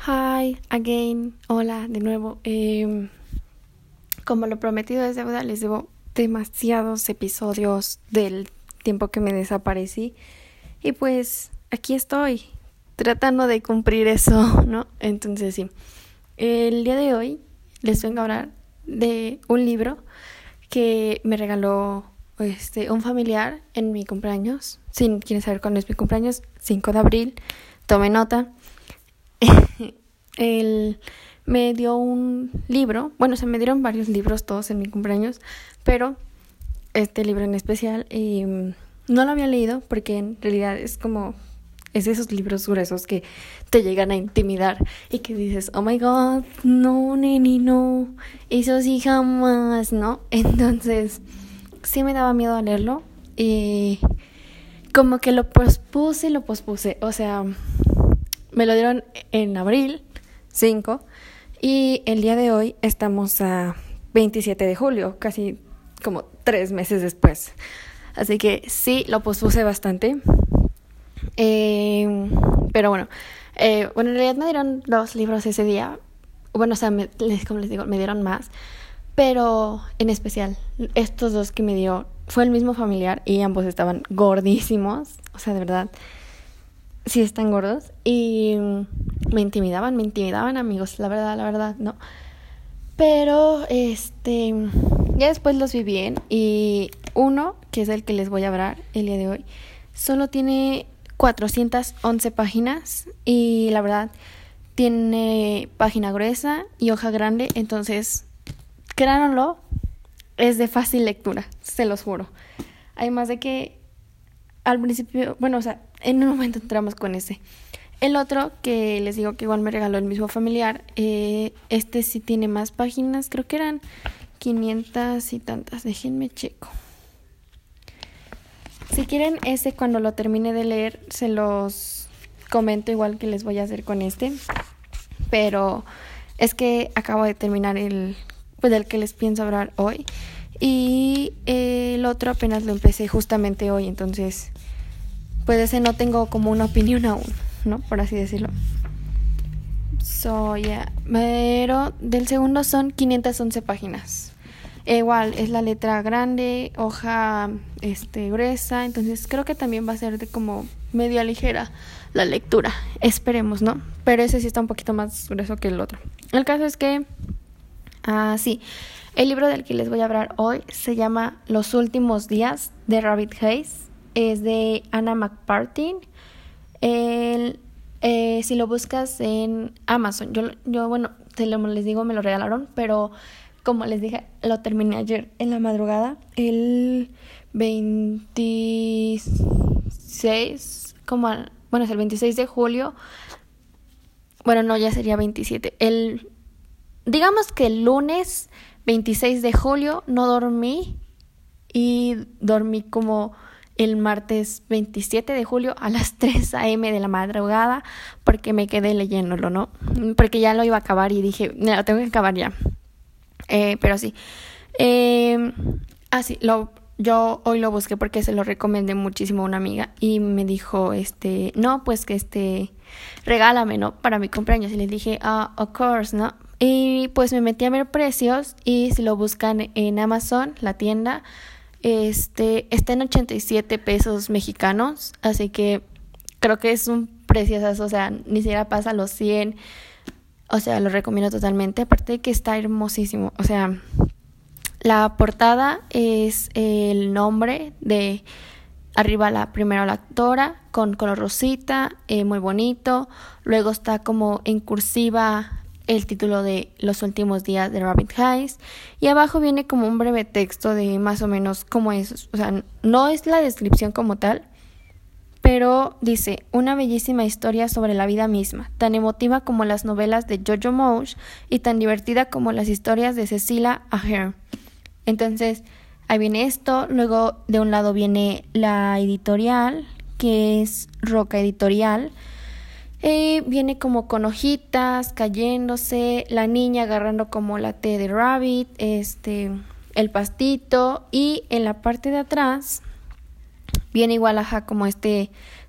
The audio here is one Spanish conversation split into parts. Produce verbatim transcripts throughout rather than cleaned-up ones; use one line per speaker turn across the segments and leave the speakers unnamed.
Hi, again. Hola, de nuevo. Eh, como lo prometido es deuda, les debo demasiados episodios del tiempo que me desaparecí. Y pues aquí estoy, tratando de cumplir eso, ¿no? Entonces sí. El día de hoy les vengo a hablar de un libro que me regaló este, un familiar en mi cumpleaños. Si quieren saber cuándo es mi cumpleaños, cinco de abril, tome nota. Él me dio un libro, bueno, se me dieron varios libros todos en mi cumpleaños, pero este libro en especial eh, no lo había leído porque en realidad es como, es de esos libros gruesos que te llegan a intimidar y que dices, oh my god, no, neni, no, eso sí jamás, ¿no? Entonces, sí me daba miedo a leerlo y como que lo pospuse y lo pospuse, o sea, me lo dieron en abril cinco y el día de hoy estamos a veintisiete de julio, casi como tres meses después. Así que sí, lo pospuse bastante. Eh, pero bueno, eh, bueno, en realidad me dieron dos libros ese día. Bueno, o sea, me, les, como les digo, me dieron más. Pero en especial, estos dos que me dio, fue el mismo familiar y ambos estaban gordísimos. O sea, de verdad, sí están gordos. Y me intimidaban, me intimidaban, amigos, la verdad, la verdad, ¿no? Pero, este, ya después los vi bien. Y uno, que es el que les voy a hablar el día de hoy, solo tiene cuatrocientas once páginas. Y la verdad, tiene página gruesa y hoja grande. Entonces, créanlo, es de fácil lectura, se los juro. Además de que al principio, bueno, o sea, en un momento entramos con ese. El otro, que les digo que igual me regaló el mismo familiar, eh, este sí tiene más páginas, creo que eran quinientas y tantas, déjenme checo. Si quieren ese, cuando lo termine de leer, se los comento igual que les voy a hacer con este. Pero es que acabo de terminar el, pues del que les pienso hablar hoy. Y el otro apenas lo empecé justamente hoy, entonces pues ese no tengo como una opinión aún, ¿no? Por así decirlo. So, yeah. Pero del segundo son quinientas once páginas. E igual, es la letra grande, hoja este gruesa, entonces creo que también va a ser de como media ligera la lectura. Esperemos, ¿no? Pero ese sí está un poquito más grueso que el otro. El caso es que, ah, sí, el libro del que les voy a hablar hoy se llama Los últimos días de Rabbit Haze. Es de Anna McPartlin. El, eh, si lo buscas en Amazon, yo, yo bueno, te lo, les digo, me lo regalaron, pero como les dije, lo terminé ayer en la madrugada, el veintiséis, como, bueno, es el veintiséis de julio, bueno, no, ya sería veintisiete, el, digamos que el lunes veintiséis de julio no dormí y dormí como el martes veintisiete de julio a las tres a.m. de la madrugada porque me quedé leyéndolo, ¿no? Porque ya lo iba a acabar y dije, no, lo tengo que acabar ya. Eh, pero sí. Eh, ah, sí, lo, yo hoy lo busqué porque se lo recomendé muchísimo a una amiga y me dijo, este, no, pues que este, regálame, ¿no? Para mi cumpleaños. Y le dije, ah, of course, ¿no? Y pues me metí a ver precios y si lo buscan en Amazon, la tienda, Este, está en ochenta y siete pesos mexicanos, así que creo que es un precioso, o sea, ni siquiera pasa los cien, o sea, lo recomiendo totalmente, aparte de que está hermosísimo, o sea, la portada es el nombre de arriba, la primera la autora, con color rosita, eh, muy bonito, luego está como en cursiva el título de Los últimos días de Rabbit Haze y abajo viene como un breve texto de más o menos cómo es, o sea, no es la descripción como tal, pero dice, una bellísima historia sobre la vida misma, tan emotiva como las novelas de Jojo Moyes y tan divertida como las historias de Cecilia Ahern. Entonces, ahí viene esto, luego de un lado viene la editorial, que es Roca Editorial. Eh, viene como con hojitas cayéndose, la niña agarrando como la T de Rabbit, este, el pastito, y en la parte de atrás viene igual ajá, como este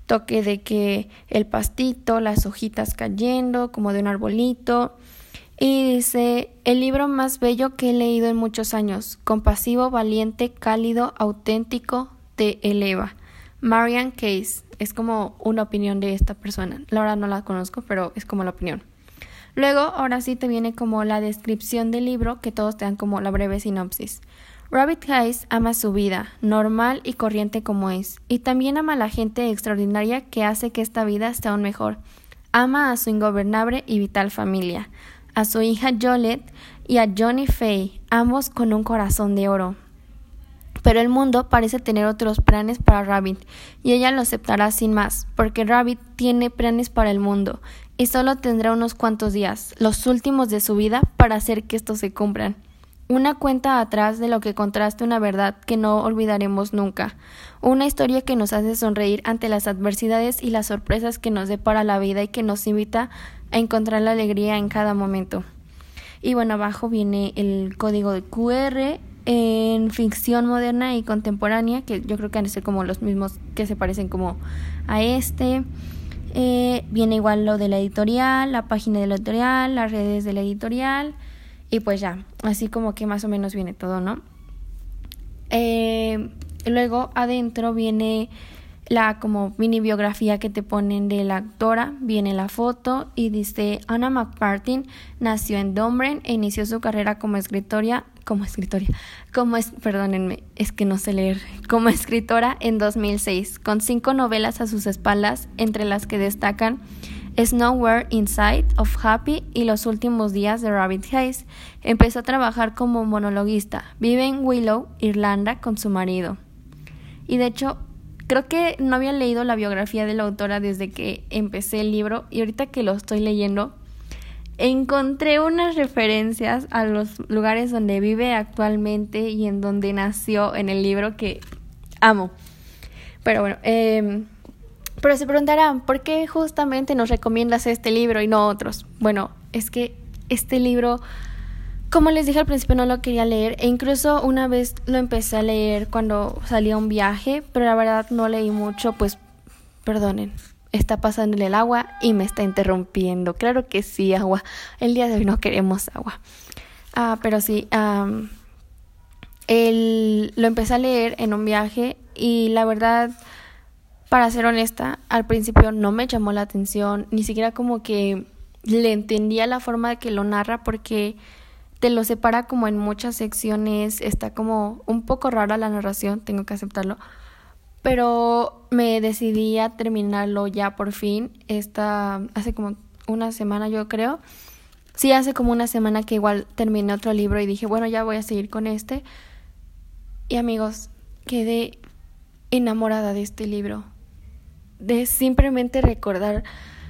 toque de que el pastito, las hojitas cayendo como de un arbolito. Y dice, el libro más bello que he leído en muchos años, compasivo, valiente, cálido, auténtico, te eleva. Marian Case, es como una opinión de esta persona. La verdad no la conozco, pero es como la opinión. Luego, ahora sí te viene como la descripción del libro, que todos te dan como la breve sinopsis. Rabbit Hayes ama su vida, normal y corriente como es, y también ama a la gente extraordinaria que hace que esta vida sea aún mejor. Ama a su ingobernable y vital familia, a su hija Jolette y a Johnny Fay, ambos con un corazón de oro. Pero el mundo parece tener otros planes para Rabbit, y ella lo aceptará sin más, porque Rabbit tiene planes para el mundo, y solo tendrá unos cuantos días, los últimos de su vida, para hacer que estos se cumplan. Una cuenta atrás de lo que contrasta una verdad que no olvidaremos nunca, una historia que nos hace sonreír ante las adversidades y las sorpresas que nos depara la vida y que nos invita a encontrar la alegría en cada momento. Y bueno, abajo viene el código de Q R en ficción moderna y contemporánea, que yo creo que han de ser como los mismos que se parecen como a este. Eh, viene igual lo de la editorial, la página de la editorial, las redes de la editorial, y pues ya, así como que más o menos viene todo, ¿no? Eh, luego adentro viene la como mini biografía que te ponen de la autora, viene la foto y dice Anna McPartin nació en Dunfermline e inició su carrera como escritora, como escritora, como es, perdónenme, es que no sé leer, como escritora en dos mil seis, con cinco novelas a sus espaldas, entre las que destacan Nowhere in Sight of Happy y Los últimos días de Rabbit Hayes. Empezó a trabajar como monologuista, vive en Willow, Irlanda, con su marido. Y de hecho, creo que no había leído la biografía de la autora desde que empecé el libro, y ahorita que lo estoy leyendo, encontré unas referencias a los lugares donde vive actualmente y en donde nació en el libro que amo. Pero bueno, eh, pero se preguntarán, ¿por qué justamente nos recomiendas este libro y no otros? Bueno, es que este libro, como les dije al principio, no lo quería leer, e incluso una vez lo empecé a leer cuando salía a un viaje, pero la verdad no leí mucho, pues perdonen, está pasándole el agua y me está interrumpiendo. Claro que sí, agua, el día de hoy no queremos agua. Ah, pero sí, um, el, lo empecé a leer en un viaje y la verdad, para ser honesta, al principio no me llamó la atención, ni siquiera como que le entendía la forma de que lo narra, porque te lo separa como en muchas secciones, está como un poco rara la narración, tengo que aceptarlo, pero me decidí a terminarlo ya por fin, esta, hace como una semana yo creo, sí, hace como una semana que igual terminé otro libro y dije, bueno, ya voy a seguir con este, y amigos, quedé enamorada de este libro, de simplemente recordar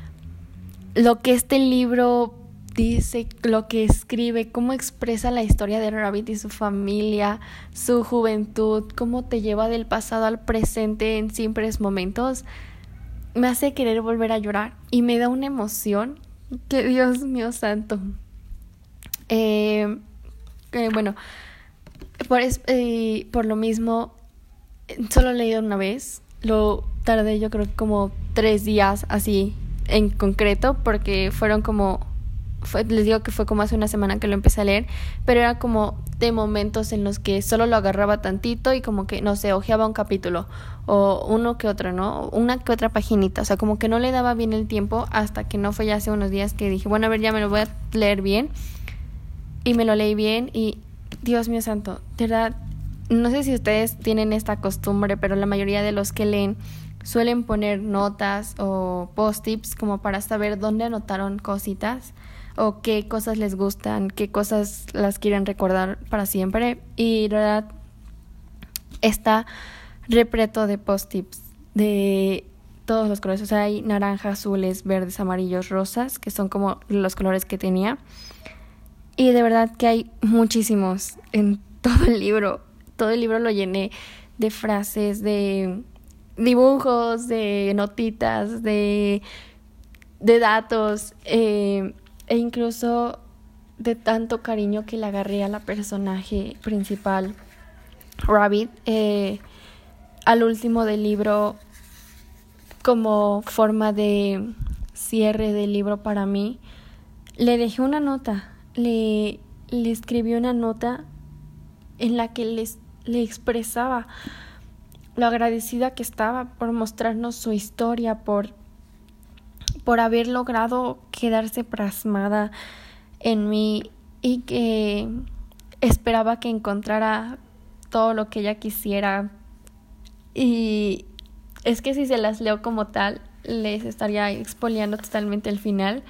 lo que este libro dice, lo que escribe, cómo expresa la historia de Rabbit y su familia, su juventud, cómo te lleva del pasado al presente en simples momentos, me hace querer volver a llorar y me da una emoción que Dios mío santo. Eh, eh, bueno, por, es, eh, por lo mismo, solo he leído una vez, lo tardé yo creo como tres días así en concreto, porque fueron como, fue, les digo que fue como hace una semana que lo empecé a leer, pero era como de momentos en los que solo lo agarraba tantito y como que, no sé, hojeaba un capítulo o uno que otro, ¿no? Una que otra paginita, o sea, como que no le daba bien el tiempo hasta que no fue ya hace unos días que dije, bueno, a ver, ya me lo voy a leer bien, y me lo leí bien y Dios mío santo, de verdad, no sé si ustedes tienen esta costumbre, pero la mayoría de los que leen suelen poner notas o post-its como para saber dónde anotaron cositas o qué cosas les gustan, qué cosas las quieren recordar para siempre. Y la verdad está repleto de post-its de todos los colores. O sea, hay naranjas, azules, verdes, amarillos, rosas, que son como los colores que tenía. Y de verdad que hay muchísimos en todo el libro. Todo el libro lo llené de frases, de dibujos, de notitas, de, de datos, eh, e incluso de tanto cariño que le agarré a la personaje principal, Rabbit. Eh, al último del libro como forma de cierre del libro para mí, le dejé una nota, le, le escribí una nota en la que les, le expresaba lo agradecida que estaba por mostrarnos su historia, por, por haber logrado quedarse plasmada en mí y que esperaba que encontrara todo lo que ella quisiera. Y es que si se las leo como tal, les estaría expoliando totalmente el final.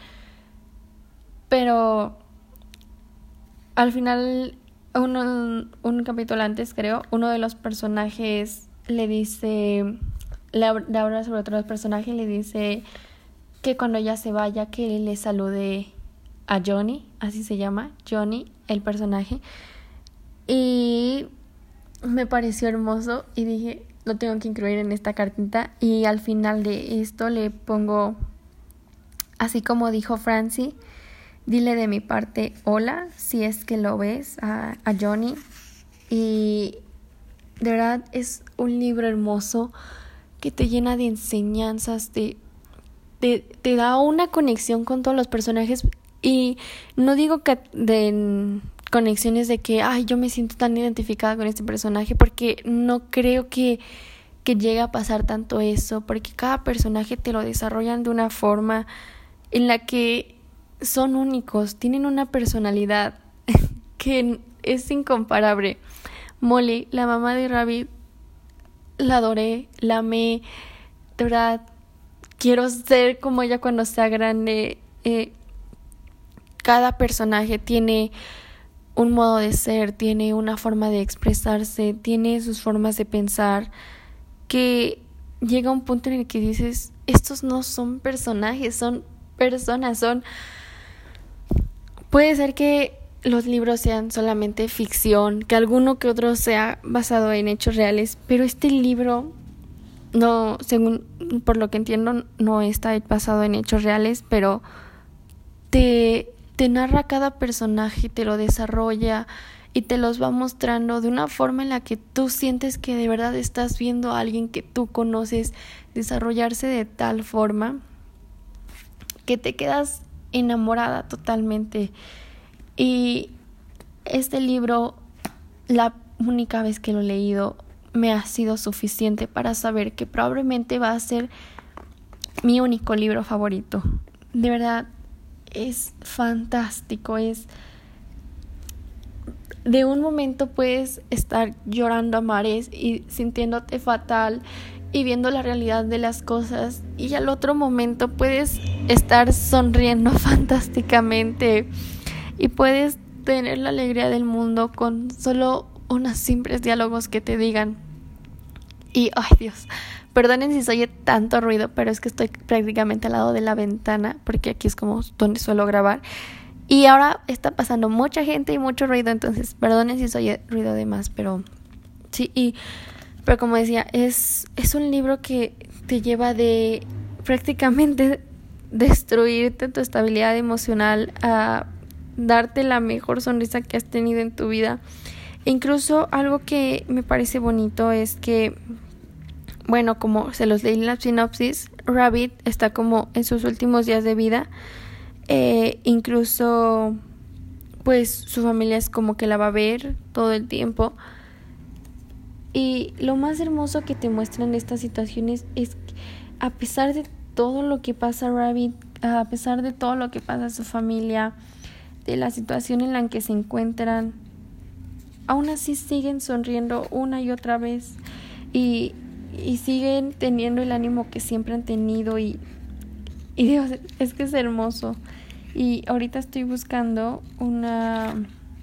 Pero al final, uno, un capítulo antes, creo, uno de los personajes le dice, le habla sobre otro personaje y le dice que cuando ella se vaya, que le salude a Johnny, así se llama, Johnny, el personaje. Y me pareció hermoso y dije, lo tengo que incluir en esta cartita. Y al final de esto le pongo, así como dijo Francie, dile de mi parte hola, si es que lo ves, a, a Johnny. Y de verdad es un libro hermoso que te llena de enseñanzas, te, te, te da una conexión con todos los personajes. Y no digo que de conexiones de que, ay, yo me siento tan identificada con este personaje, porque no creo que, que llegue a pasar tanto eso, porque cada personaje te lo desarrollan de una forma en la que son únicos, tienen una personalidad que es incomparable. Molly, la mamá de Rabbit, la adoré, la amé, de verdad, quiero ser como ella cuando sea grande. Eh, cada personaje tiene un modo de ser, tiene una forma de expresarse, tiene sus formas de pensar, que llega un punto en el que dices, estos no son personajes, son personas, son... Puede ser que los libros sean solamente ficción, que alguno que otro sea basado en hechos reales, pero este libro, no, según por lo que entiendo, no está basado en hechos reales, pero te, te narra cada personaje, te lo desarrolla y te los va mostrando de una forma en la que tú sientes que de verdad estás viendo a alguien que tú conoces desarrollarse de tal forma que te quedas enamorada totalmente. Y este libro, la única vez que lo he leído, me ha sido suficiente para saber que probablemente va a ser mi único libro favorito. De verdad, es fantástico. Es de un momento puedes estar llorando a mares y sintiéndote fatal y viendo la realidad de las cosas, y al otro momento puedes estar sonriendo fantásticamente y puedes tener la alegría del mundo con solo unos simples diálogos que te digan. Y ay Dios, perdonen si se oye tanto ruido, pero es que estoy prácticamente al lado de la ventana, porque aquí es como donde suelo grabar, y ahora está pasando mucha gente y mucho ruido, entonces perdonen si se oye ruido de más, pero sí. Y pero como decía, es, es un libro que te lleva de prácticamente destruirte tu estabilidad emocional a darte la mejor sonrisa que has tenido en tu vida. E incluso algo que me parece bonito es que, bueno, como se los leí en la sinopsis, Rabbit está como en sus últimos días de vida. Eh, incluso, pues, su familia es como que la va a ver todo el tiempo. Y lo más hermoso que te muestran estas situaciones es que a pesar de todo lo que pasa a Rabbit, a pesar de todo lo que pasa a su familia, de la situación en la que se encuentran, aún así siguen sonriendo una y otra vez y, y siguen teniendo el ánimo que siempre han tenido. Y, y Dios, es que es hermoso. Y ahorita estoy buscando una,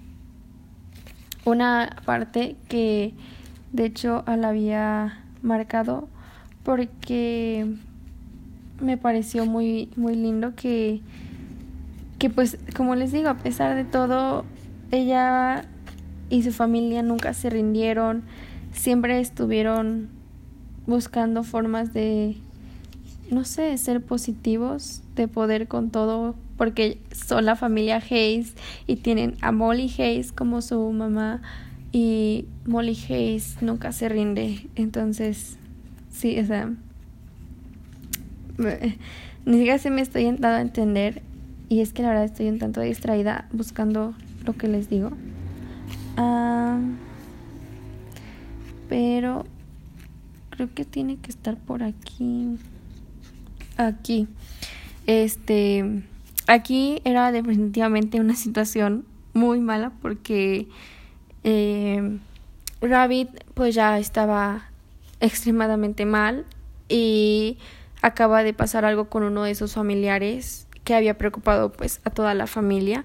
una parte que de hecho la había marcado porque me pareció muy, muy lindo que, que pues como les digo, a pesar de todo, ella y su familia nunca se rindieron, siempre estuvieron buscando formas de, no sé, ser positivos, de poder con todo, porque son la familia Hayes y tienen a Molly Hayes como su mamá, y Molly Hayes nunca se rinde. Entonces sí, o sea, Ni siquiera se me estoy dando a entender. Y es que la verdad estoy un tanto distraída buscando lo que les digo. Ah, pero creo que tiene que estar por aquí. Aquí. Este, aquí era definitivamente una situación muy mala porque eh, Rabbit pues ya estaba extremadamente mal y acaba de pasar algo con uno de sus familiares que había preocupado pues a toda la familia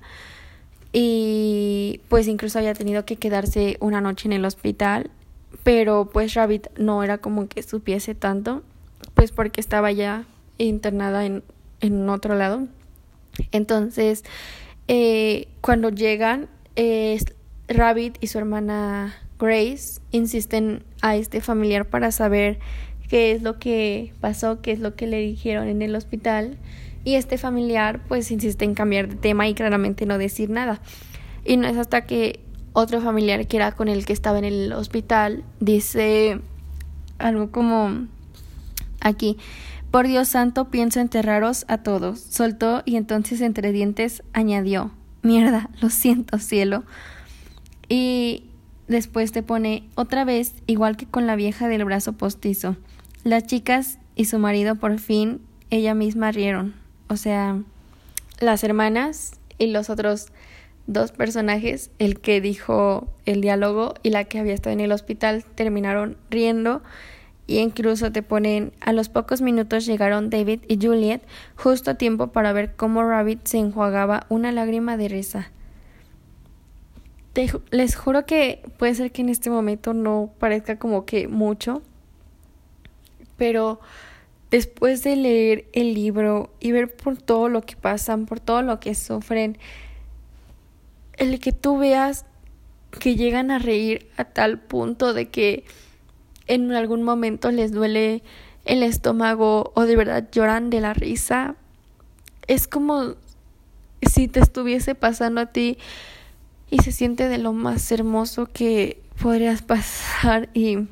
y pues incluso había tenido que quedarse una noche en el hospital, pero pues Rabbit no era como que supiese tanto, pues porque estaba ya internada en, en otro lado. Entonces eh, cuando llegan eh, Rabbit y su hermana Grace insisten a este familiar para saber qué es lo que pasó, qué es lo que le dijeron en el hospital. Y este familiar pues insiste en cambiar de tema y claramente no decir nada. Y no es hasta que otro familiar que era con el que estaba en el hospital dice algo como aquí: por Dios santo, pienso enterraros a todos. Soltó y entonces entre dientes añadió: mierda, lo siento, cielo. Y después te pone otra vez, igual que con la vieja del brazo postizo. Las chicas y su marido por fin ella misma rieron. O sea, las hermanas y los otros dos personajes, el que dijo el diálogo y la que había estado en el hospital, terminaron riendo. Y incluso te ponen: a los pocos minutos llegaron David y Juliet justo a tiempo para ver cómo Rabbit se enjuagaba una lágrima de risa. Te, les juro que puede ser que en este momento no parezca como que mucho, pero después de leer el libro y ver por todo lo que pasan, por todo lo que sufren, el que tú veas que llegan a reír a tal punto de que en algún momento les duele el estómago o de verdad lloran de la risa, es como si te estuviese pasando a ti y se siente de lo más hermoso que podrías pasar y,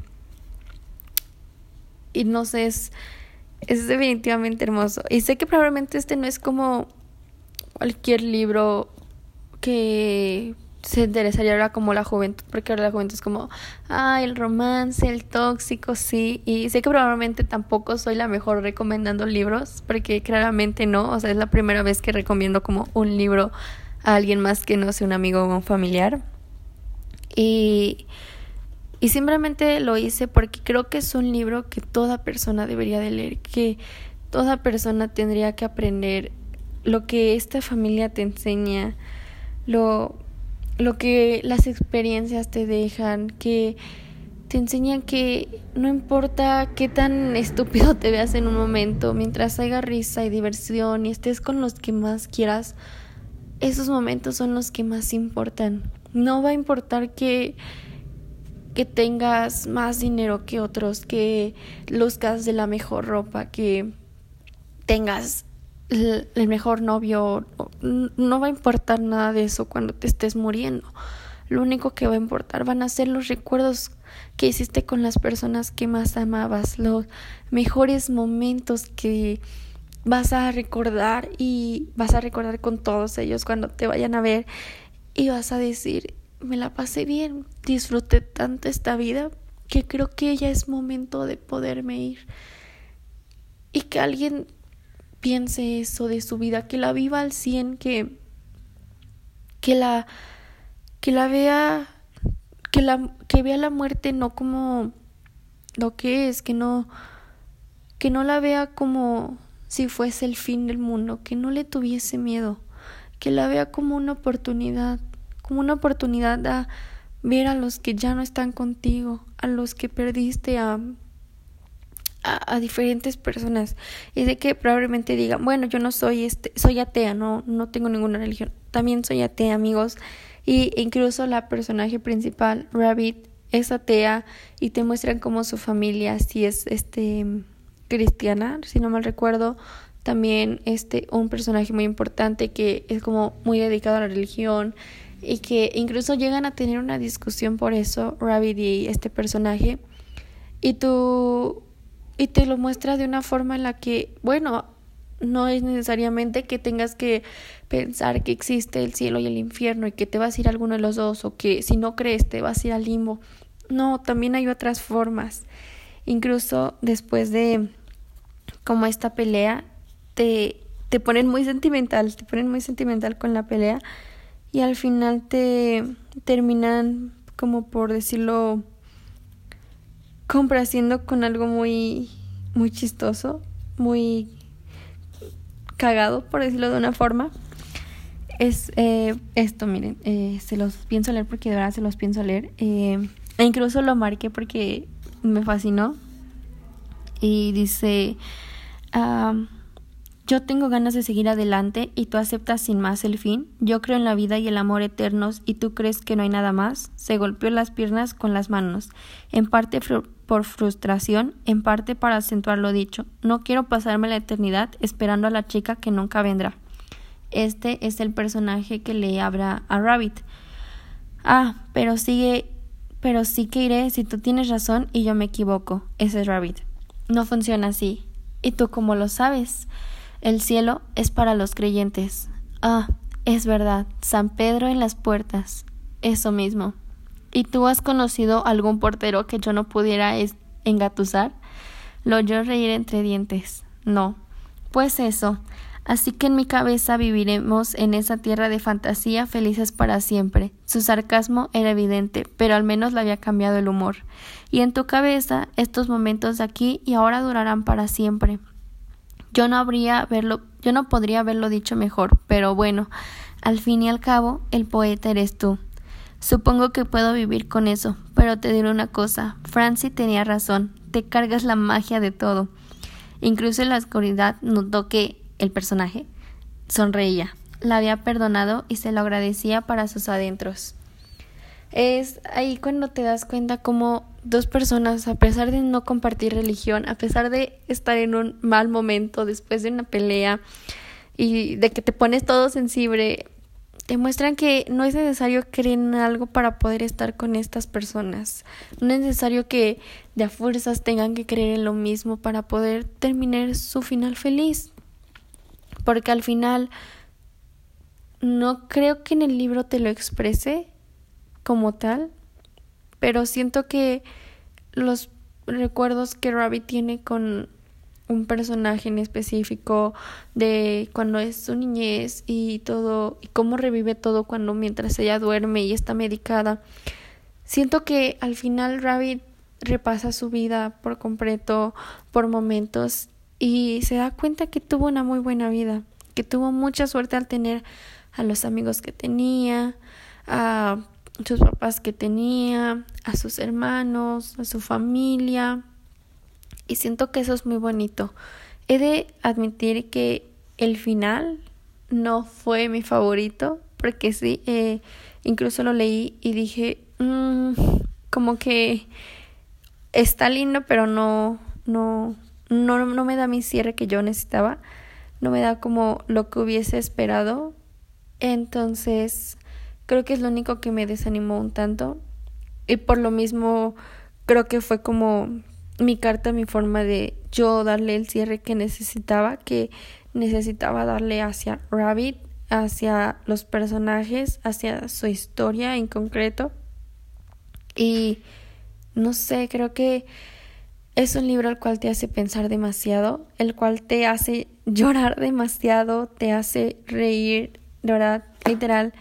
y no sé, es, es definitivamente hermoso. Y sé que probablemente este no es como cualquier libro que se interesaría ahora como la juventud, porque ahora la juventud es como, ah, el romance, el tóxico, sí, y sé que probablemente tampoco soy la mejor recomendando libros, porque claramente no, o sea, es la primera vez que recomiendo como un libro a alguien más que no sea un amigo o un familiar, y, y simplemente lo hice porque creo que es un libro que toda persona debería de leer, que toda persona tendría que aprender lo que esta familia te enseña, lo lo que las experiencias te dejan, que te enseñan que no importa qué tan estúpido te veas en un momento, mientras haya risa y diversión y estés con los que más quieras, esos momentos son los que más importan. No va a importar que, que tengas más dinero que otros, que luzcas de la mejor ropa, que tengas el mejor novio, no va a importar nada de eso cuando te estés muriendo. Lo único que va a importar van a ser los recuerdos que hiciste con las personas que más amabas, los mejores momentos que vas a recordar y vas a recordar con todos ellos cuando te vayan a ver y vas a decir: me la pasé bien, disfruté tanto esta vida que creo que ya es momento de poderme ir. Y que alguien piense eso de su vida, que la viva al cien, que que la que la vea que la que vea la muerte no como lo que es, que no que no la vea como si fuese el fin del mundo, que no le tuviese miedo, que la vea como una oportunidad, como una oportunidad a ver a los que ya no están contigo, a los que perdiste, a A, a diferentes personas. Y sé que probablemente digan: bueno, yo no soy este, soy atea, no, no tengo ninguna religión. También soy atea, amigos. Y incluso la personaje principal, Rabbit, es atea y te muestran como su familia sí es este cristiana, si no mal recuerdo. También este un personaje muy importante que es como muy dedicado a la religión y que incluso llegan a tener una discusión por eso, Rabbit y este personaje. Y tú y te lo muestra de una forma en la que, bueno, no es necesariamente que tengas que pensar que existe el cielo y el infierno y que te vas a ir a alguno de los dos, o que si no crees te vas a ir al limbo. No, también hay otras formas. Incluso después de como esta pelea, te, te ponen muy sentimental, te ponen muy sentimental con la pelea, y al final te terminan, como por decirlo, complaciendo con algo muy, muy chistoso, muy cagado, por decirlo de una forma. Es eh, esto, miren, eh, se los pienso leer porque de verdad se los pienso leer. Eh, e incluso lo marqué porque me fascinó. Y dice: um, yo tengo ganas de seguir adelante y tú aceptas sin más el fin. Yo creo en la vida y el amor eternos y tú crees que no hay nada más. Se golpeó las piernas con las manos, en parte fr- por frustración, en parte para acentuar lo dicho. No quiero pasarme la eternidad esperando a la chica que nunca vendrá. Este es el personaje que le habla a Rabbit. Ah, pero sigue, pero sí que iré si tú tienes razón y yo me equivoco. Ese es Rabbit. No funciona así. ¿Y tú cómo lo sabes? El cielo es para los creyentes. Ah, es verdad. San Pedro en las puertas. Eso mismo. ¿Y tú has conocido algún portero que yo no pudiera es- engatusar? Lo oyó reír entre dientes. No. Pues eso. Así que en mi cabeza viviremos en esa tierra de fantasía felices para siempre. Su sarcasmo era evidente, pero al menos le había cambiado el humor. Y en tu cabeza, estos momentos de aquí y ahora durarán para siempre. Yo no habría verlo, yo no podría haberlo dicho mejor, pero bueno, al fin y al cabo, el poeta eres tú. Supongo que puedo vivir con eso, pero te diré una cosa, Francie tenía razón, te cargas la magia de todo. Incluso en la oscuridad notó que el personaje sonreía, la había perdonado y se lo agradecía para sus adentros. Es ahí cuando te das cuenta cómo dos personas, a pesar de no compartir religión, a pesar de estar en un mal momento después de una pelea y de que te pones todo sensible, te muestran que no es necesario creer en algo para poder estar con estas personas. No es necesario que de a fuerzas tengan que creer en lo mismo para poder terminar su final feliz. Porque al final no creo que en el libro te lo exprese como tal, pero siento que los recuerdos que Rabbit tiene con un personaje en específico, de cuando es su niñez y todo, y cómo revive todo cuando mientras ella duerme y está medicada, siento que al final Rabbit repasa su vida por completo, por momentos, y se da cuenta que tuvo una muy buena vida, que tuvo mucha suerte al tener a los amigos que tenía, a sus papás que tenía, a sus hermanos, a su familia, y siento que eso es muy bonito. He de admitir que el final no fue mi favorito, porque sí, eh, incluso lo leí y dije, mmm, como que está lindo, pero no, no, no, no me da mi cierre que yo necesitaba, no me da como lo que hubiese esperado, entonces creo que es lo único que me desanimó un tanto, y por lo mismo creo que fue como mi carta, mi forma de yo darle el cierre que necesitaba, que necesitaba darle hacia Rabbit, hacia los personajes, hacia su historia en concreto. Y no sé, creo que es un libro al cual te hace pensar demasiado, el cual te hace llorar demasiado, te hace reír, de verdad, literal.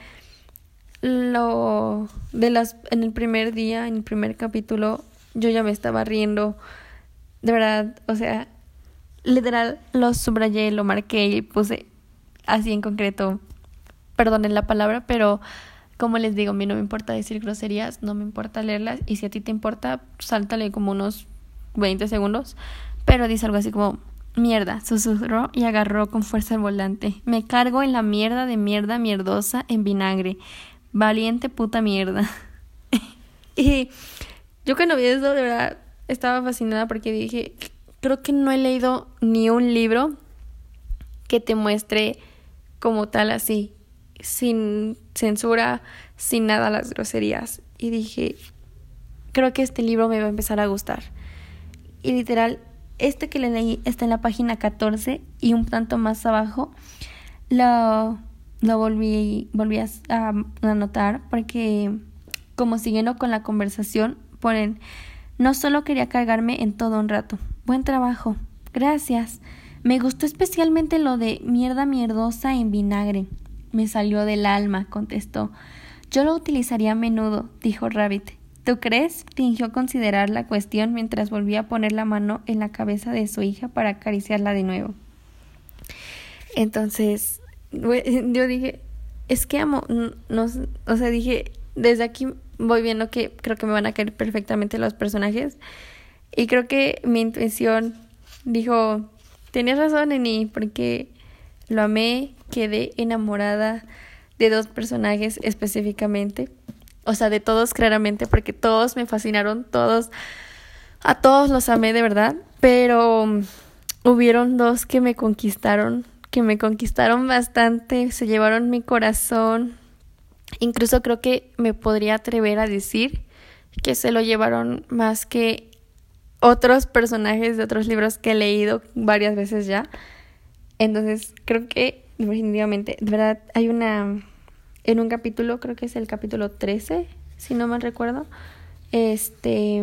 Lo de las en el primer día, en el primer capítulo, yo ya me estaba riendo, de verdad, o sea, literal lo subrayé, lo marqué y puse así en concreto, perdonen la palabra, pero como les digo, a mí no me importa decir groserías, no me importa leerlas, y si a ti te importa, sáltale como unos veinte segundos, pero dice algo así como: mierda, susurró y agarró con fuerza el volante. Me cargo en la mierda de mierda mierdosa en vinagre. Valiente puta mierda. Y yo cuando vi eso, de verdad, estaba fascinada porque dije, creo que no he leído ni un libro que te muestre como tal así, sin censura, sin nada las groserías. Y dije, creo que este libro me va a empezar a gustar. Y literal, este que le leí está en la página catorce y un tanto más abajo lo, lo volví, volví a, a anotar porque como siguiendo con la conversación ponen: no solo quería cargarme en todo un rato. Buen trabajo. Gracias. Me gustó especialmente lo de mierda mierdosa en vinagre. Me salió del alma, contestó. Yo lo utilizaría a menudo, dijo Rabbit. ¿Tú crees? Fingió considerar la cuestión mientras volvía a poner la mano en la cabeza de su hija para acariciarla de nuevo. Entonces, yo dije, es que amo, no, no, o sea, dije, desde aquí voy viendo que creo que me van a caer perfectamente los personajes y creo que mi intuición dijo, tenías razón, Eni, porque lo amé, quedé enamorada de dos personajes específicamente. O sea, de todos claramente, porque todos me fascinaron, todos, a todos los amé de verdad, pero um, hubieron dos que me conquistaron, que me conquistaron bastante, se llevaron mi corazón, incluso creo que me podría atrever a decir que se lo llevaron más que otros personajes de otros libros que he leído varias veces ya. Entonces, creo que definitivamente, de verdad, hay una... En un capítulo, creo que es el capítulo trece, si no mal recuerdo, este,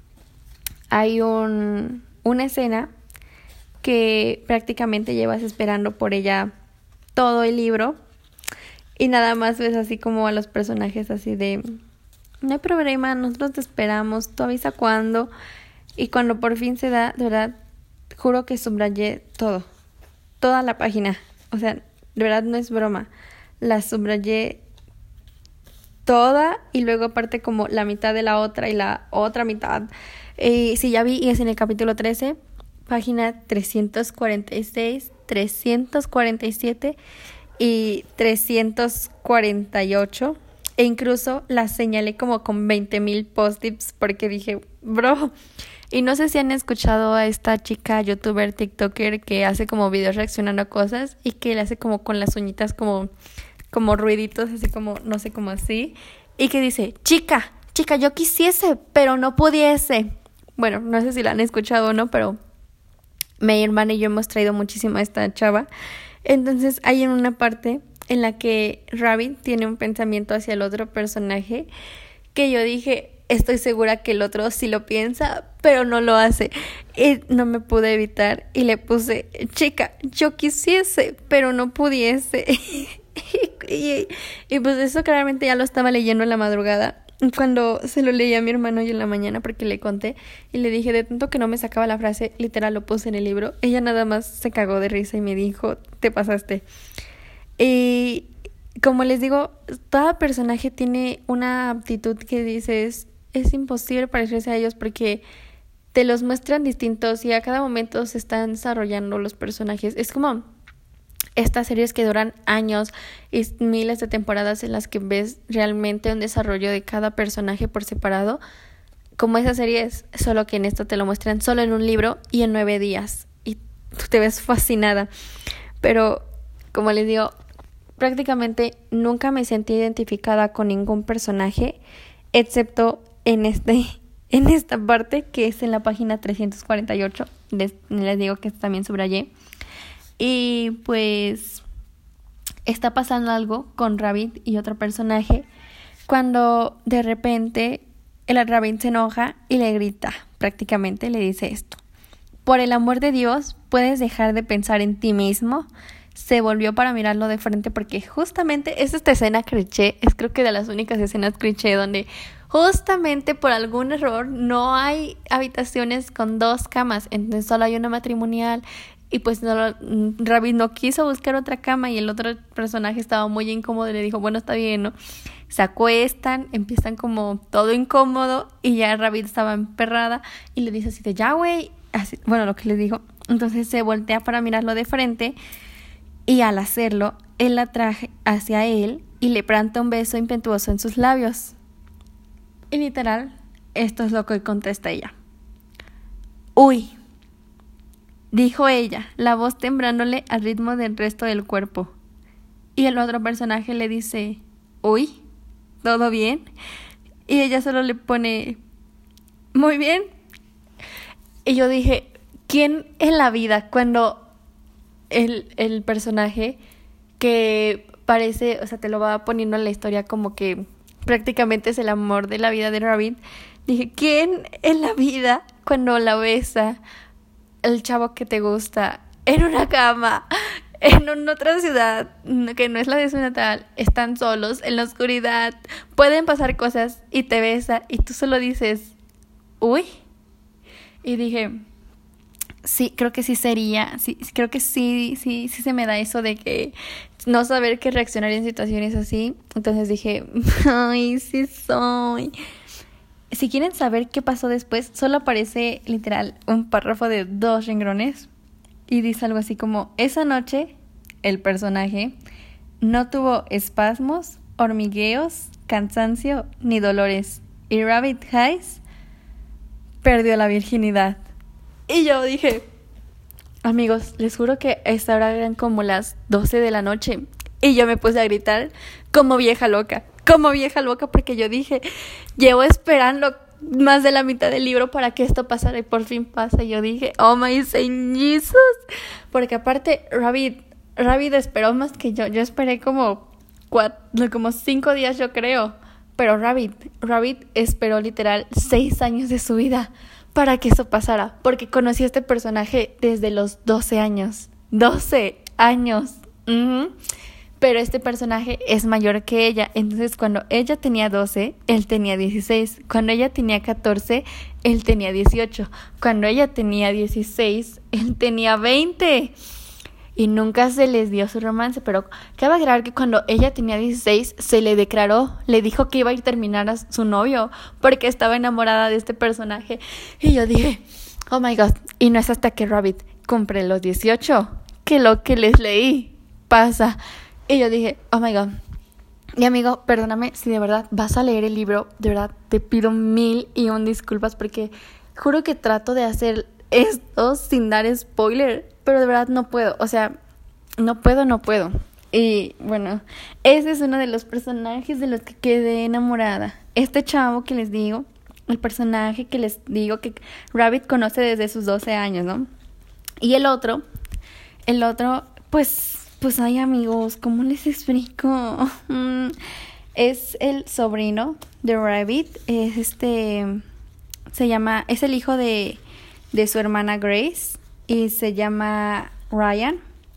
hay un, una escena que prácticamente llevas esperando por ella todo el libro y nada más ves así como a los personajes así de, no hay problema, nosotros te esperamos, tú avisa cuándo, y cuando por fin se da, de verdad, juro que subrayé todo, toda la página, o sea, de verdad no es broma. La subrayé toda y luego aparte como la mitad de la otra y la otra mitad. Y sí, ya vi, y es en el capítulo trece, página trescientos cuarenta y seis, trescientos cuarenta y siete y trescientos cuarenta y ocho. E incluso la señalé como con veinte mil post-its porque dije, bro... Y no sé si han escuchado a esta chica youtuber tiktoker que hace como videos reaccionando a cosas y que le hace como con las uñitas como, como ruiditos, así como, no sé, como así. Y que dice, chica, chica, yo quisiese, pero no pudiese. Bueno, no sé si la han escuchado o no, pero mi hermana y yo hemos traído muchísimo a esta chava. Entonces hay en una parte en la que Rabbit tiene un pensamiento hacia el otro personaje que yo dije... Estoy segura que el otro sí lo piensa, pero no lo hace. Y no me pude evitar y le puse, chica, yo quisiese, pero no pudiese. y, y, y pues eso claramente ya lo estaba leyendo en la madrugada. Cuando se lo leí a mi hermano y en la mañana porque le conté y le dije, de tanto que no me sacaba la frase, literal lo puse en el libro. Ella nada más se cagó de risa y me dijo, te pasaste. Y como les digo, cada personaje tiene una aptitud que dices... Es imposible parecerse a ellos porque te los muestran distintos y a cada momento se están desarrollando los personajes. Es como estas series que duran años y miles de temporadas en las que ves realmente un desarrollo de cada personaje por separado. Como esas series, solo que en esto te lo muestran solo en un libro y en nueve días. Y tú te ves fascinada. Pero, como les digo, prácticamente nunca me sentí identificada con ningún personaje, excepto en este en esta parte que es en la página trescientos cuarenta y ocho. Les, les digo que también subrayé. Y pues está pasando algo con Rabbit y otro personaje cuando de repente el Rabbit se enoja y le grita, prácticamente le dice esto: por el amor de Dios, ¿puedes dejar de pensar en ti mismo? Se volvió para mirarlo de frente porque justamente es esta escena cliché, es creo que de las únicas escenas cliché donde justamente por algún error no hay habitaciones con dos camas, entonces solo hay una matrimonial y pues no, Rabbit no quiso buscar otra cama y el otro personaje estaba muy incómodo y le dijo, bueno, está bien, ¿no? Se acuestan, empiezan como todo incómodo y ya Rabbit estaba emperrada y le dice así de ya güey, así, bueno, lo que le dijo. Entonces se voltea para mirarlo de frente y al hacerlo, él la trae hacia él y le planta un beso impetuoso en sus labios. Y literal, esto es lo que contesta ella. Uy, dijo ella, la voz temblándole al ritmo del resto del cuerpo. Y el otro personaje le dice, uy, ¿todo bien? Y ella solo le pone, muy bien. Y yo dije, ¿quién en la vida cuando el, el personaje que parece, o sea, te lo va poniendo en la historia como que prácticamente es el amor de la vida de Rabbit? Dije, ¿quién en la vida cuando la besa el chavo que te gusta en una cama, en una otra ciudad que no es la de su natal, están solos en la oscuridad, pueden pasar cosas y te besa y tú solo dices, uy? Y dije, sí, creo que sí sería, sí, creo que sí, sí, sí se me da eso de que no saber qué reaccionar en situaciones así. Entonces dije, ay, sí soy. Si quieren saber qué pasó después, solo aparece literal un párrafo de dos renglones y dice algo así como, esa noche el personaje no tuvo espasmos, hormigueos, cansancio ni dolores y Rabbit Hayes perdió la virginidad. Y yo dije, amigos, les juro que a esta hora eran como las doce de la noche y yo me puse a gritar como vieja loca, como vieja loca porque yo dije, llevo esperando más de la mitad del libro para que esto pasara y por fin pasa. Y yo dije, oh my Saint Jesus, porque aparte Rabbit, Rabbit esperó más que yo, yo esperé como cuatro, como cinco días yo creo, pero Rabbit, Rabbit esperó literal seis años de su vida para que eso pasara, porque conocí a este personaje desde los doce años, doce años, uh-huh. Pero este personaje es mayor que ella, entonces cuando ella tenía doce, él tenía dieciséis, cuando ella tenía catorce, él tenía dieciocho, cuando ella tenía dieciséis, él tenía veinte, y nunca se les dio su romance, pero cabe aclarar que cuando ella tenía dieciséis, se le declaró, le dijo que iba a ir a terminar a su novio, porque estaba enamorada de este personaje, y yo dije, oh my god, y no es hasta que Rabbit cumple los dieciocho, que lo que les leí pasa. Y yo dije, oh my god. Y amigo, perdóname si de verdad vas a leer el libro, de verdad te pido mil y un disculpas porque juro que trato de hacer esto sin dar spoiler, pero de verdad no puedo, o sea, no puedo, no puedo. Y bueno, ese es uno de los personajes de los que quedé enamorada. Este chavo que les digo, el personaje que les digo que Rabbit conoce desde sus doce años, ¿no? Y el otro, el otro, pues... Pues ay amigos, ¿cómo les explico? Es el sobrino de Rabbit, es este, se llama, es el hijo de, de su hermana Grace y se llama Ryan,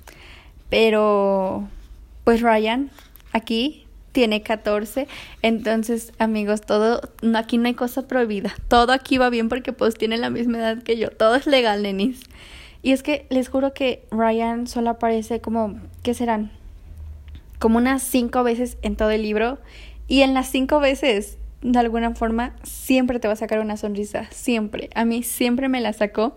pero pues Ryan aquí tiene catorce, entonces amigos, todo, no, aquí no hay cosa prohibida, todo aquí va bien porque pues tiene la misma edad que yo, todo es legal, nenis. Y es que les juro que Ryan solo aparece como, ¿qué serán? Como unas cinco veces en todo el libro. Y en las cinco veces, de alguna forma, siempre te va a sacar una sonrisa. Siempre. A mí siempre me la sacó.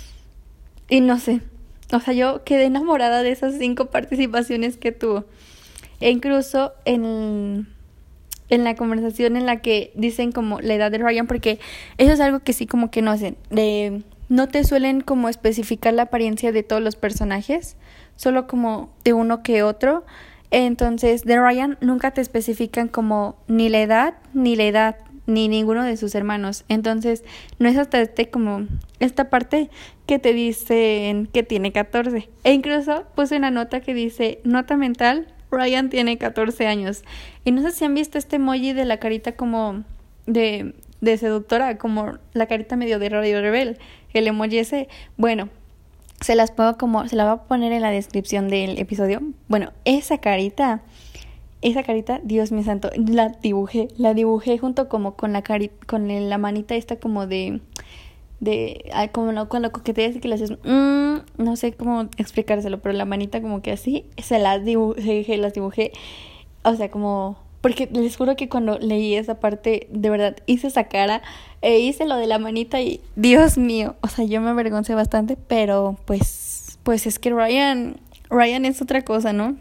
Y no sé. O sea, yo quedé enamorada de esas cinco participaciones que tuvo. E incluso en, en la conversación en la que dicen como la edad de Ryan. Porque eso es algo que sí como que no hacen. De... No te suelen como especificar la apariencia de todos los personajes, solo como de uno que otro. Entonces, de Ryan nunca te especifican como ni la edad, ni la edad, ni ninguno de sus hermanos. Entonces, no es hasta este como esta parte que te dicen que tiene catorce. E incluso puse una nota que dice, nota mental, Ryan tiene catorce años. Y no sé si han visto este emoji de la carita como de... de seductora, como la carita medio de Radio Rebel, el emoji ese, bueno, se las pongo como, se la voy a poner en la descripción del episodio, bueno, esa carita, esa carita, Dios mío santo, la dibujé, la dibujé junto como con la carita, con la manita esta como de, de, como lo, con lo coqueteas y que le haces, mmm, no sé cómo explicárselo, pero la manita como que así, se las dibujé, las dibujé, o sea, como... Porque les juro que cuando leí esa parte, de verdad, hice esa cara, e hice lo de la manita y, Dios mío, o sea, yo me avergoncé bastante, pero pues, pues es que Ryan, Ryan es otra cosa, ¿no?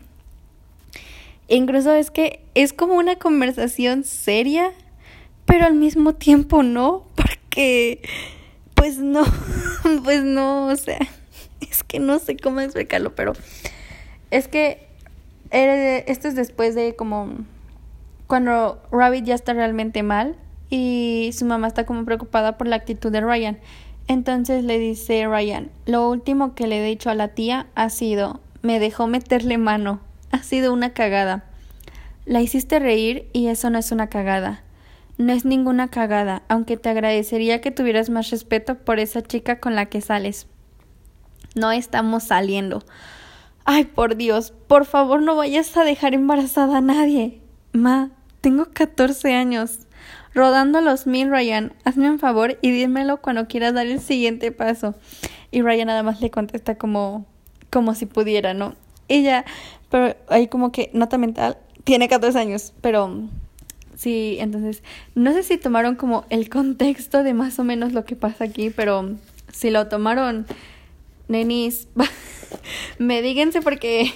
E incluso es que es como una conversación seria, pero al mismo tiempo no, porque, pues no, pues no, o sea, es que no sé cómo explicarlo, pero es que eh, esto es después de como... cuando Rabbit ya está realmente mal y su mamá está como preocupada por la actitud de Ryan. Entonces le dice Ryan, lo último que le he dicho a la tía ha sido, me dejó meterle mano, ha sido una cagada. La hiciste reír y eso no es una cagada. No es ninguna cagada, aunque te agradecería que tuvieras más respeto por esa chica con la que sales. No estamos saliendo. Ay, por Dios, por favor no vayas a dejar embarazada a nadie. Ma, tengo catorce años. Rodando los mil, Ryan, hazme un favor y dímelo cuando quieras dar el siguiente paso. Y Ryan nada más le contesta como, como si pudiera, ¿no? Ella, pero ahí como que nota mental, tiene catorce años, pero sí, entonces, no sé si tomaron como el contexto de más o menos lo que pasa aquí, pero si lo tomaron, nenis, me díganse porque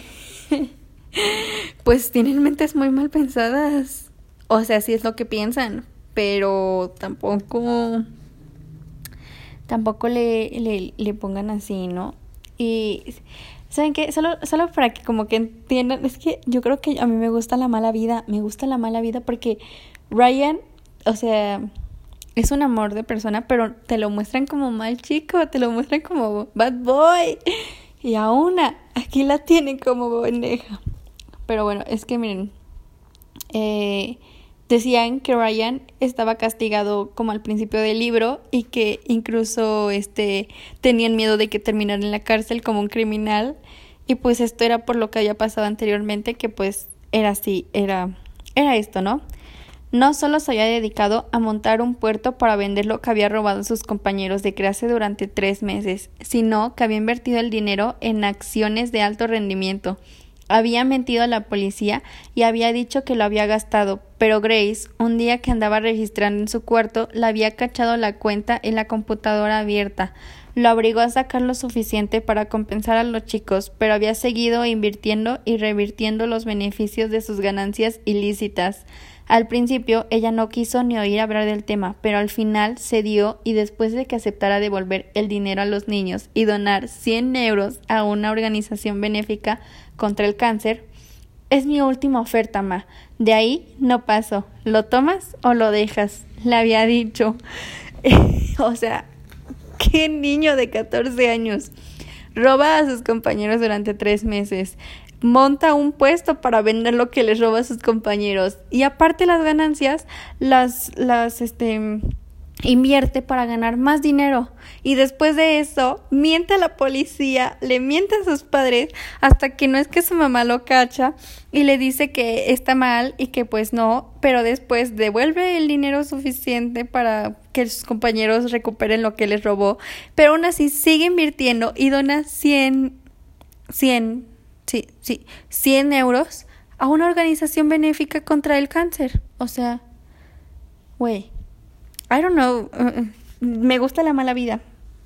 pues tienen mentes muy mal pensadas. O sea, sí es lo que piensan, pero tampoco tampoco le, le, le pongan así, ¿no? Y ¿saben qué? Solo, solo para que como que entiendan, es que yo creo que a mí me gusta la mala vida, me gusta la mala vida porque Ryan, o sea, es un amor de persona, pero te lo muestran como mal chico, te lo muestran como bad boy. Y a una, aquí la tienen como pendeja. Pero bueno, es que miren, eh... decían que Ryan estaba castigado como al principio del libro y que incluso este tenían miedo de que terminara en la cárcel como un criminal y pues esto era por lo que había pasado anteriormente, que pues era así, era era esto, ¿no? No solo se había dedicado a montar un puerto para vender lo que había robado a sus compañeros de clase durante tres meses, sino que había invertido el dinero en acciones de alto rendimiento. Había mentido a la policía y había dicho que lo había gastado, pero Grace, un día que andaba registrando en su cuarto, le había cachado la cuenta en la computadora abierta. Lo obligó a sacar lo suficiente para compensar a los chicos, pero había seguido invirtiendo y revirtiendo los beneficios de sus ganancias ilícitas. Al principio ella no quiso ni oír hablar del tema, pero al final cedió y después de que aceptara devolver el dinero a los niños y donar cien euros a una organización benéfica contra el cáncer, es mi última oferta, ma. De ahí no paso. ¿Lo tomas o lo dejas? Le había dicho. O sea, qué niño de catorce años. Roba a sus compañeros durante tres meses. Monta un puesto para vender lo que les roba a sus compañeros. Y aparte las ganancias, las, las, este... invierte para ganar más dinero y después de eso miente a la policía, le miente a sus padres hasta que no es que su mamá lo cacha y le dice que está mal y que pues no, pero después devuelve el dinero suficiente para que sus compañeros recuperen lo que les robó, pero aún así sigue invirtiendo y dona cien, cien, sí, sí, cien euros a una organización benéfica contra el cáncer. O sea, güey, I don't know, uh, me gusta la mala vida.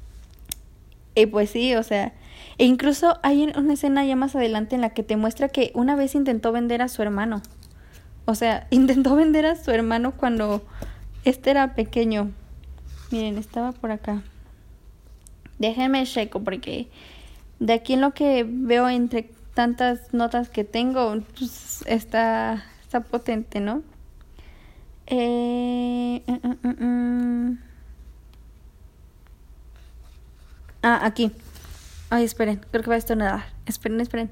Y pues sí, o sea, e incluso hay una escena ya más adelante en la que te muestra que una vez intentó vender a su hermano. O sea, intentó vender a su hermano cuando este era pequeño. Miren, estaba por acá. Déjenme checo porque de aquí en lo que veo entre tantas notas que tengo, pues está, está potente, ¿no? Eh, uh, uh, uh, uh. Ah, aquí. Ay, esperen, creo que va a estornudar. Esperen, esperen.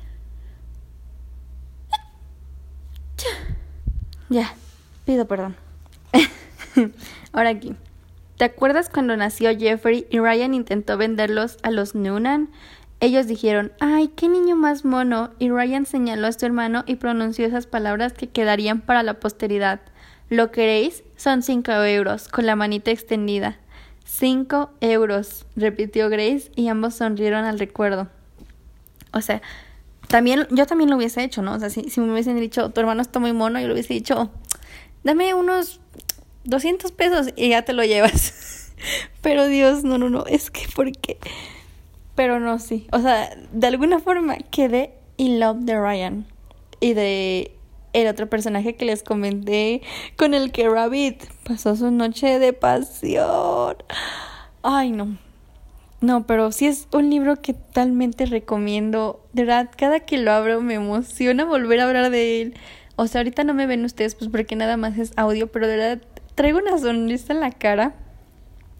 Ya, pido perdón. Ahora aquí. ¿Te acuerdas cuando nació Jeffrey y Ryan intentó venderlos a los Noonan? Ellos dijeron, ¡ay, qué niño más mono! Y Ryan señaló a su hermano y pronunció esas palabras que quedarían para la posteridad. ¿Lo queréis? Son cinco euros, con la manita extendida. Cinco euros, repitió Grace y ambos sonrieron al recuerdo. O sea, también, yo también lo hubiese hecho, ¿no? O sea, si, si me hubiesen dicho, tu hermano está muy mono, yo le hubiese dicho, dame unos doscientos pesos y ya te lo llevas. Pero Dios, no, no, no, es que ¿por qué? Pero no, sí. O sea, de alguna forma quedé in love de Ryan y de el otro personaje que les comenté, con el que Rabbit pasó su noche de pasión. Ay, no. No, pero sí es un libro que totalmente recomiendo. De verdad, cada que lo abro me emociona volver a hablar de él. O sea, ahorita no me ven ustedes, pues porque nada más es audio, pero de verdad traigo una sonrisa en la cara.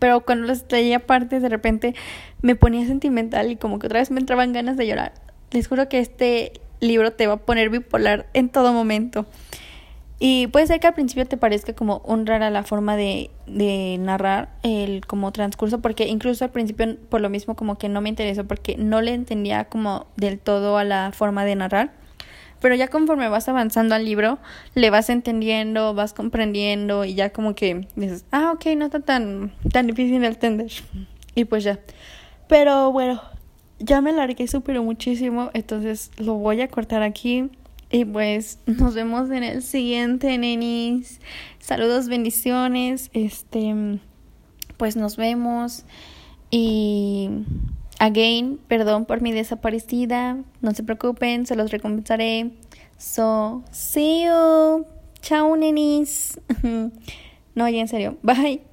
Pero cuando los leía aparte, de repente me ponía sentimental y como que otra vez me entraban ganas de llorar. Les juro que este libro te va a poner bipolar en todo momento. Y puede ser que al principio te parezca como un rara la forma de, de narrar el como transcurso, porque incluso al principio por lo mismo como que no me interesó, porque no le entendía como del todo a la forma de narrar. Pero ya conforme vas avanzando al libro, le vas entendiendo, vas comprendiendo y ya como que dices, ah, ok, no está tan, tan difícil de entender. Y pues ya. Pero bueno, ya me largué súper muchísimo, entonces lo voy a cortar aquí. Y pues nos vemos en el siguiente, nenis. Saludos, bendiciones. Este, pues nos vemos. Y again, perdón por mi desaparecida. No se preocupen, se los recompensaré. So, see you. Chao, nenis. No, ya en serio. Bye.